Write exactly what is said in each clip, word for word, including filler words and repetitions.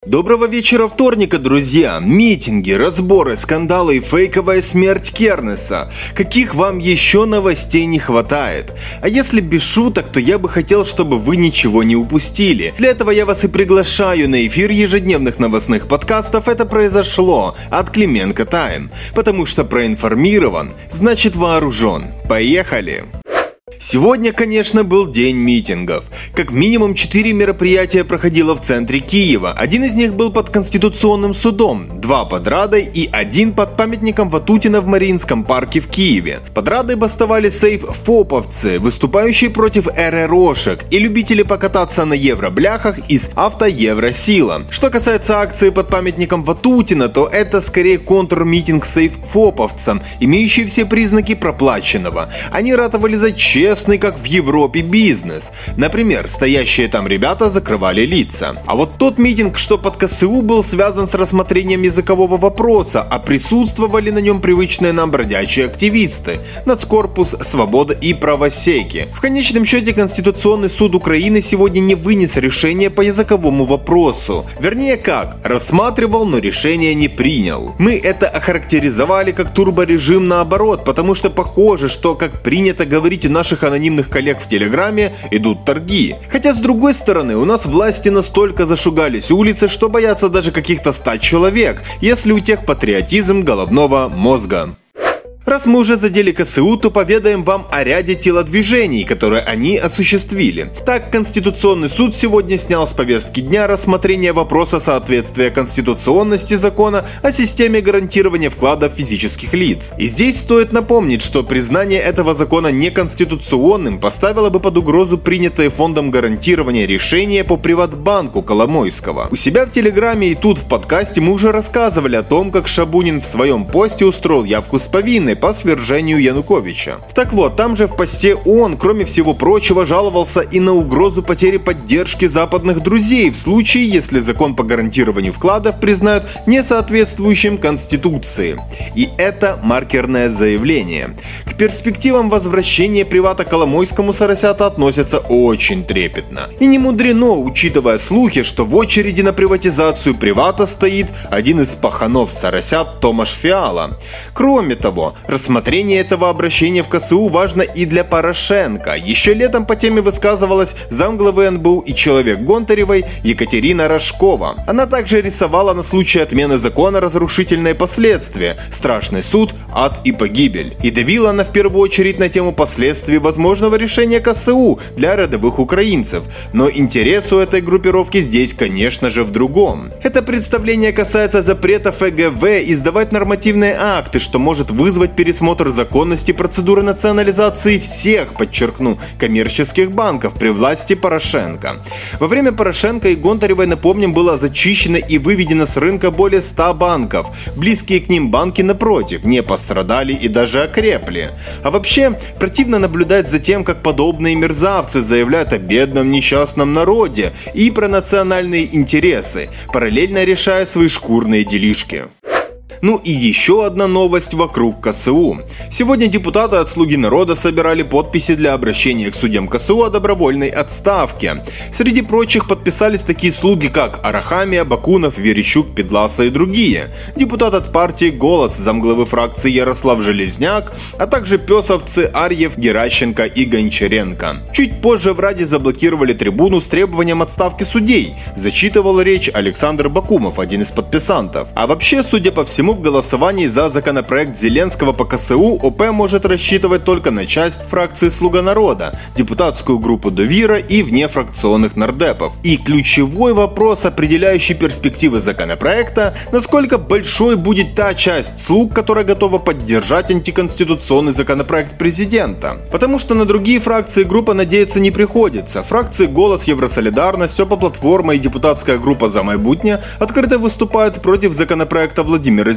Доброго вечера вторника, друзья! Митинги, разборы, скандалы и фейковая смерть Кернеса. Каких вам еще новостей не хватает? А если без шуток, то я бы хотел, чтобы вы ничего не упустили. Для этого я вас и приглашаю на эфир ежедневных новостных подкастов «Это произошло» от Клименко Тайм. Потому что проинформирован, значит вооружен. Поехали! Сегодня, конечно, был день митингов. Как минимум четыре мероприятия проходило в центре Киева. Один из них был под Конституционным судом, два под Радой и один под памятником Ватутина в Мариинском парке в Киеве. Под Радой бастовали сейф-фоповцы, выступающие против РРОшек, и любители покататься на евробляхах из Авто-Евросила. Что касается акции под памятником Ватутина, то это скорее контрмитинг сейф-фоповцам, имеющий все признаки проплаченного. Они ратовали за честность, как в Европе, бизнес. Например, стоящие там ребята закрывали лица. А вот тот митинг, что под КСУ, был связан с рассмотрением языкового вопроса, а присутствовали на нем привычные нам бродячие активисты, Нацкорпус, Свобода и Правосеки. В конечном счете, Конституционный суд Украины сегодня не вынес решение по языковому вопросу. Вернее как, рассматривал, но решение не принял. Мы это охарактеризовали как турборежим наоборот, потому что похоже, что, как принято говорить у наших анонимных коллег в Телеграме, идут торги. Хотя с другой стороны, у нас власти настолько зашугались улицы, что боятся даже каких-то ста человек, если у тех патриотизм головного мозга. Раз мы уже задели КСУ, то поведаем вам о ряде телодвижений, которые они осуществили. Так, Конституционный суд сегодня снял с повестки дня рассмотрение вопроса соответствия конституционности закона о системе гарантирования вкладов физических лиц. И здесь стоит напомнить, что признание этого закона неконституционным поставило бы под угрозу принятое фондом гарантирования решение по Приватбанку Коломойского. У себя в Телеграме и тут в подкасте мы уже рассказывали о том, как Шабунин в своем посте устроил явку с повинной по свержению Януковича. Так вот, там же в посте он, кроме всего прочего, жаловался и на угрозу потери поддержки западных друзей в случае, если закон по гарантированию вкладов признают несоответствующим Конституции. И это маркерное заявление. К перспективам возвращения привата Коломойскому Соросята относятся очень трепетно. И не мудрено, учитывая слухи, что в очереди на приватизацию привата стоит один из паханов Соросят Томаш Фиала. Кроме того, рассмотрение этого обращения в КСУ важно и для Порошенко. Еще летом по теме высказывалась замглавы эн бэ у и человек Гонтаревой Екатерина Рожкова. Она также рисовала на случай отмены закона разрушительные последствия, страшный суд, ад и погибель. И давила она в первую очередь на тему последствий возможного решения КСУ для рядовых украинцев. Но интерес у этой группировки здесь, конечно же, в другом. Это представление касается запрета эф гэ вэ издавать нормативные акты, что может вызвать пересмотр законности процедуры национализации всех, подчеркну, коммерческих банков при власти Порошенко. Во время Порошенко и Гонтаревой, напомним, было зачищено и выведено с рынка более ста банков. Близкие к ним банки, напротив, не пострадали и даже окрепли. А вообще, противно наблюдать за тем, как подобные мерзавцы заявляют о бедном несчастном народе и про национальные интересы, параллельно решая свои шкурные делишки. Ну и еще одна новость вокруг КСУ. Сегодня депутаты от «Слуги народа» собирали подписи для обращения к судьям КСУ о добровольной отставке. Среди прочих подписались такие слуги, как Арахамия, Бакунов, Верещук, Педласа и другие. Депутат от партии «Голос», замглавы фракции Ярослав Железняк, а также песовцы Арьев, Геращенко и Гончаренко. Чуть позже в Раде заблокировали трибуну с требованием отставки судей. Зачитывал речь Александр Бакумов, один из подписантов. А вообще, судя по всему, в голосовании за законопроект Зеленского по КСУ ОП может рассчитывать только на часть фракции «Слуга народа», депутатскую группу «Довира» и внефракционных нардепов. И ключевой вопрос, определяющий перспективы законопроекта, насколько большой будет та часть слуг, которая готова поддержать антиконституционный законопроект президента. Потому что на другие фракции группа надеяться не приходится. Фракции «Голос», Евросолидарность, ОПО-платформа и депутатская группа «За майбутнє» открыто выступают против законопроекта Владимира Зеленского.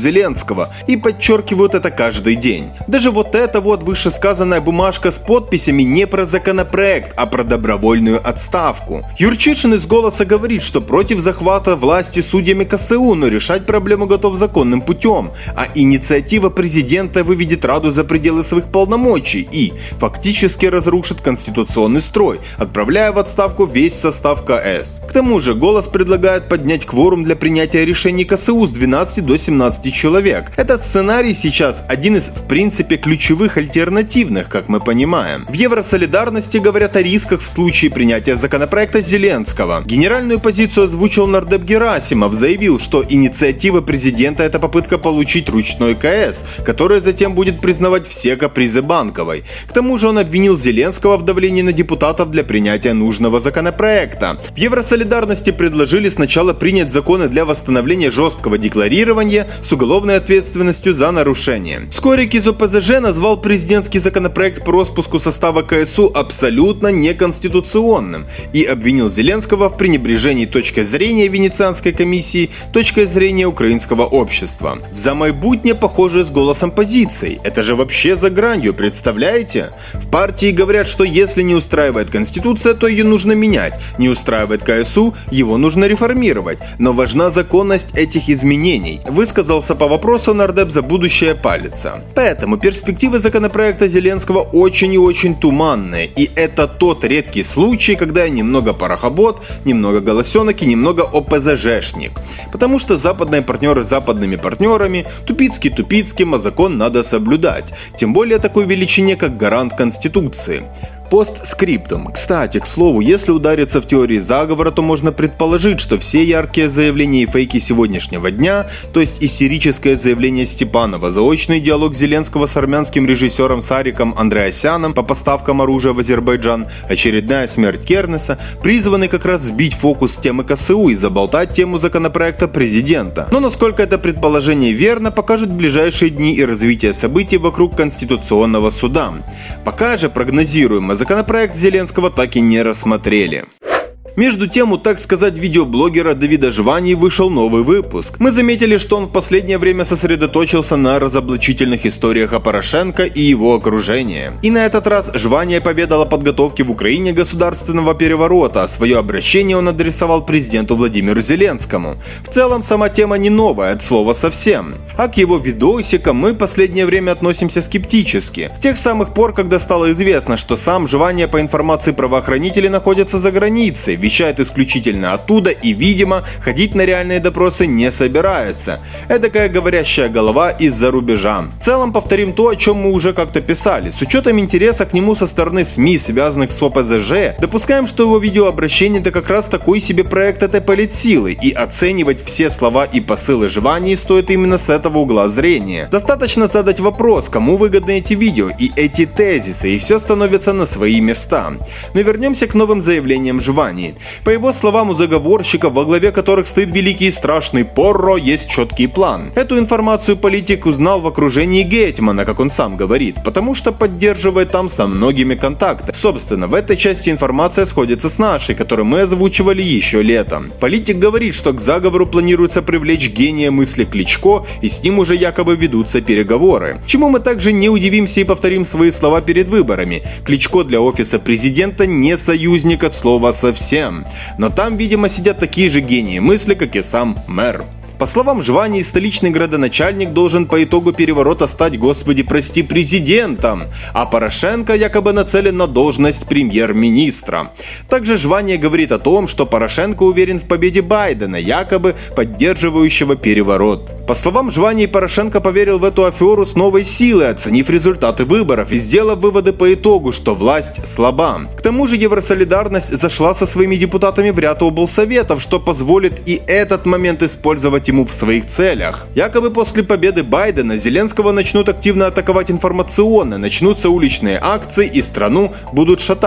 Зеленского и подчеркивают это каждый день. Даже вот эта вот вышесказанная бумажка с подписями не про законопроект, а про добровольную отставку. Юрчишин из «Голоса» говорит, что против захвата власти судьями ка эс у, но решать проблему готов законным путем, а инициатива президента выведет Раду за пределы своих полномочий и фактически разрушит конституционный строй, отправляя в отставку весь состав ка эс. К тому же «Голос» предлагает поднять кворум для принятия решений ка эс у с двенадцати до семнадцати человек. Этот сценарий сейчас один из в принципе ключевых альтернативных, как мы понимаем. В Евросолидарности говорят о рисках в случае принятия законопроекта Зеленского. Генеральную позицию озвучил нардеп Герасимов, заявил, что инициатива президента – это попытка получить ручной ка эс, который затем будет признавать все капризы Банковой. К тому же он обвинил Зеленского в давлении на депутатов для принятия нужного законопроекта. В Евросолидарности предложили сначала принять законы для восстановления жесткого декларирования с уголовной ответственностью за нарушение. Вскоре КИЗ о пэ зэ жэ назвал президентский законопроект по распуску состава ка эс у абсолютно неконституционным и обвинил Зеленского в пренебрежении точкой зрения Венецианской комиссии, точкой зрения украинского общества. В замайбутнє похоже с «Голосом» позицией. Это же вообще за гранью, представляете? В партии говорят, что если не устраивает Конституция, то ее нужно менять. Не устраивает ка эс у, его нужно реформировать. Но важна законность этих изменений. Высказался по вопросу нардеп «За будущее палится». Поэтому перспективы законопроекта Зеленского очень и очень туманные. И это тот редкий случай, когда я немного порохобот, немного голосенок и немного о пэ зэ жешник. Потому что западные партнеры западными партнерами, Тупицкий Тупицким, а закон надо соблюдать. Тем более такой величине, как гарант Конституции. Постскриптум. Кстати, к слову, если удариться в теории заговора, то можно предположить, что все яркие заявления и фейки сегодняшнего дня, то есть истерическое заявление Степанова, заочный диалог Зеленского с армянским режиссером Сариком Андреасяном по поставкам оружия в Азербайджан, очередная смерть Кернеса, призваны как раз сбить фокус с темы ка эс у и заболтать тему законопроекта президента. Но насколько это предположение верно, покажут ближайшие дни и развитие событий вокруг Конституционного суда. Пока же прогнозируемо законопроект Зеленского так и не рассмотрели. Между тем, у, так сказать, видеоблогера Давида Жвании вышел новый выпуск. Мы заметили, что он в последнее время сосредоточился на разоблачительных историях о Порошенко и его окружении. И на этот раз Жвания поведал о подготовке в Украине государственного переворота, а свое обращение он адресовал президенту Владимиру Зеленскому. В целом, сама тема не новая, от слова совсем. А к его видосикам мы в последнее время относимся скептически. С тех самых пор, когда стало известно, что сам Жвания, по информации правоохранителей, находится за границей, вещает исключительно оттуда и, видимо, ходить на реальные допросы не собирается. Эдакая говорящая голова из-за рубежа. В целом повторим то, о чем мы уже как-то писали. С учетом интереса к нему со стороны СМИ, связанных с о пэ зэ жэ, допускаем, что его видеообращение это как раз такой себе проект этой политсилы, и оценивать все слова и посылы Жвании стоит именно с этого угла зрения. Достаточно задать вопрос, кому выгодны эти видео и эти тезисы, и все становится на свои места. Но вернемся к новым заявлениям Жвании. По его словам, у заговорщиков, во главе которых стоит великий и страшный Порро, есть четкий план. Эту информацию политик узнал в окружении Гетмана, как он сам говорит, потому что поддерживает там со многими контакты. Собственно, в этой части информация сходится с нашей, которую мы озвучивали еще летом. Политик говорит, что к заговору планируется привлечь гения мысли Кличко, и с ним уже якобы ведутся переговоры. Чему мы также не удивимся и повторим свои слова перед выборами. Кличко для офиса президента не союзник от слова совсем. Но там, видимо, сидят такие же гении мысли, как и сам мэр. По словам Жвании, столичный градоначальник должен по итогу переворота стать, господи прости, президентом, а Порошенко якобы нацелен на должность премьер-министра. Также Жвания говорит о том, что Порошенко уверен в победе Байдена, якобы поддерживающего переворот. По словам Жвании, Порошенко поверил в эту аферу с новой силой, оценив результаты выборов и сделав выводы по итогу, что власть слаба. К тому же Евросолидарность зашла со своими депутатами в ряд облсоветов, что позволит и этот момент использовать ему в своих целях. Якобы после победы Байдена Зеленского начнут активно атаковать информационно, начнутся уличные акции и страну будут шатать.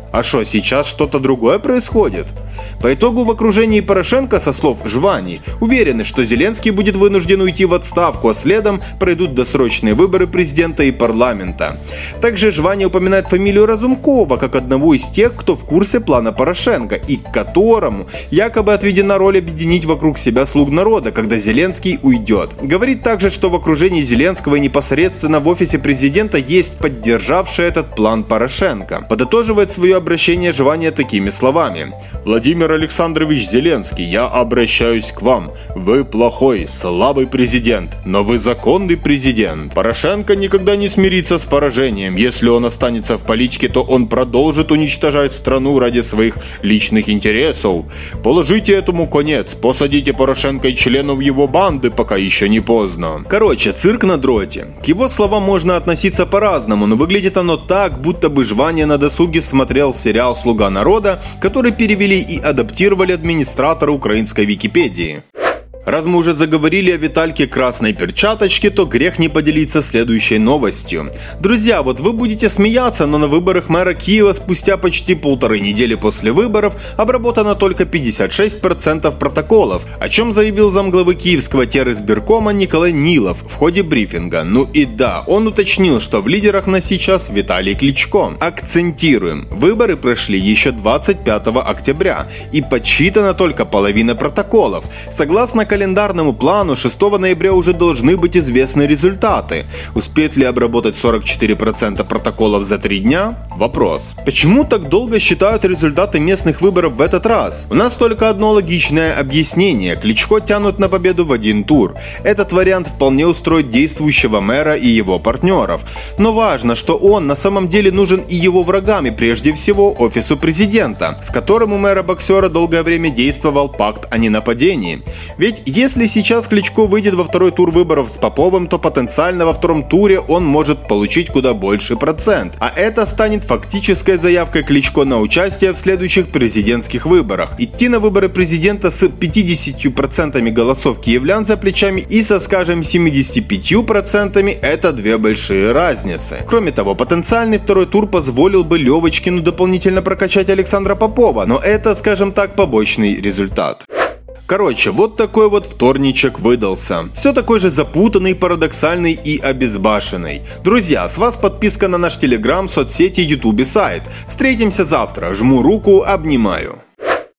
А что, сейчас что-то другое происходит? По итогу в окружении Порошенко, со слов Жвани, уверены, что Зеленский будет вынужден уйти в отставку, а следом пройдут досрочные выборы президента и парламента. Также Жвани упоминает фамилию Разумкова как одного из тех, кто в курсе плана Порошенко и к которому якобы отведена роль объединить вокруг себя слуг народа, когда Зеленский уйдет. Говорит также, что в окружении Зеленского и непосредственно в офисе президента есть поддержавший этот план Порошенко. Подытоживает свое обращение Жвани такими словами. «Владимир Александрович Зеленский, я обращаюсь к вам. Вы плохой, слабый президент, но вы законный президент. Порошенко никогда не смирится с поражением. Если он останется в политике, то он продолжит уничтожать страну ради своих личных интересов. Положите этому конец, посадите Порошенко и членов его банды, пока еще не поздно». Короче, цирк на дроте. К его словам можно относиться по-разному, но выглядит оно так, будто бы Жвани на досуге смотрел сериал «Слуга народа», который перевели и адаптировали администраторы украинской Википедии. Раз мы уже заговорили о Витальке Красной Перчаточке, то грех не поделиться следующей новостью. Друзья, вот вы будете смеяться, но на выборах мэра Киева спустя почти полторы недели после выборов обработано только пятьдесят шесть процентов протоколов, о чем заявил замглавы Киевского теризбиркома Николай Нилов в ходе брифинга. Ну и да, он уточнил, что в лидерах на сейчас Виталий Кличко. Акцентируем, выборы прошли еще двадцать пятого октября и подсчитана только половина протоколов. Согласно календарному плану шестого ноября уже должны быть известны результаты. Успеют ли обработать сорок четыре процента протоколов за три дня? Вопрос. Почему так долго считают результаты местных выборов в этот раз? У нас только одно логичное объяснение. Кличко тянут на победу в один тур. Этот вариант вполне устроит действующего мэра и его партнеров. Но важно, что он на самом деле нужен и его врагам, и прежде всего офису президента, с которым у мэра-боксера долгое время действовал пакт о ненападении. Ведь если сейчас Кличко выйдет во второй тур выборов с Поповым, то потенциально во втором туре он может получить куда больший процент. А это станет фактической заявкой Кличко на участие в следующих президентских выборах. Идти на выборы президента с пятьюдесятью процентами голосов киевлян за плечами и со, скажем, семьюдесятью пятью процентами – это две большие разницы. Кроме того, потенциальный второй тур позволил бы Левочкину дополнительно прокачать Александра Попова, но это, скажем так, побочный результат. Короче, вот такой вот вторничек выдался. Все такой же запутанный, парадоксальный и обезбашенный. Друзья, с вас подписка на наш телеграм, соцсети, ютуб и сайт. Встретимся завтра. Жму руку, обнимаю.